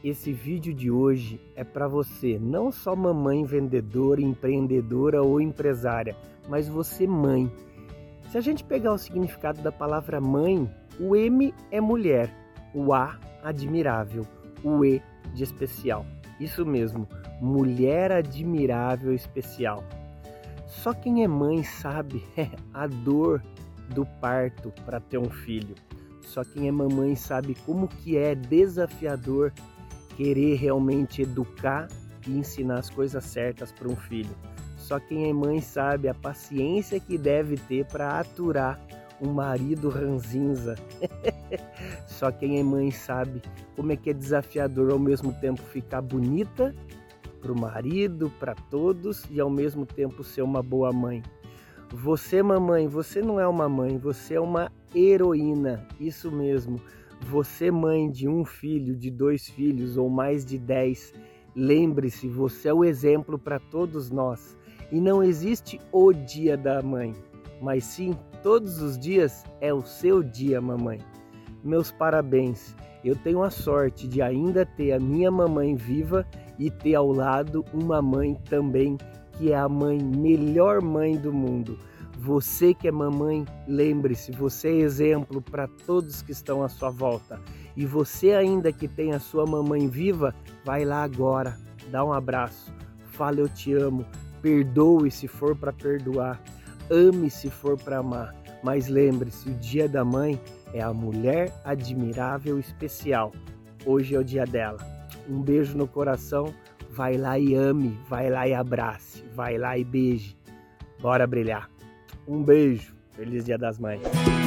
Esse vídeo de hoje é para você, não só mamãe vendedora, empreendedora ou empresária, mas você mãe. Se a gente pegar o significado da palavra mãe, o M é mulher, o A admirável, o E de especial. Isso mesmo, mulher admirável especial. Só quem é mãe sabe a dor do parto para ter um filho. Só quem é mamãe sabe como que é desafiador querer realmente educar e ensinar as coisas certas para um filho. Só quem é mãe sabe a paciência que deve ter para aturar um marido ranzinza. Só quem é mãe sabe como é que é desafiador ao mesmo tempo ficar bonita para o marido, para todos e ao mesmo tempo ser uma boa mãe. Você, mamãe, você não é uma mãe, você é uma heroína, isso mesmo. Você, mãe de um filho, de 2 filhos ou mais de 10, lembre-se, você é o exemplo para todos nós. E não existe o dia da mãe, mas sim, todos os dias é o seu dia, mamãe. Meus parabéns, eu tenho a sorte de ainda ter a minha mamãe viva e ter ao lado uma mãe também, que é a melhor mãe do mundo. Você que é mamãe, lembre-se, você é exemplo para todos que estão à sua volta. E você ainda que tem a sua mamãe viva, vai lá agora, dá um abraço, fala eu te amo, perdoe se for para perdoar, ame se for para amar. Mas lembre-se, o dia da mãe é a mulher admirável especial. Hoje é o dia dela. Um beijo no coração, vai lá e ame, vai lá e abrace, vai lá e beije. Bora brilhar. Um beijo, feliz Dia das Mães.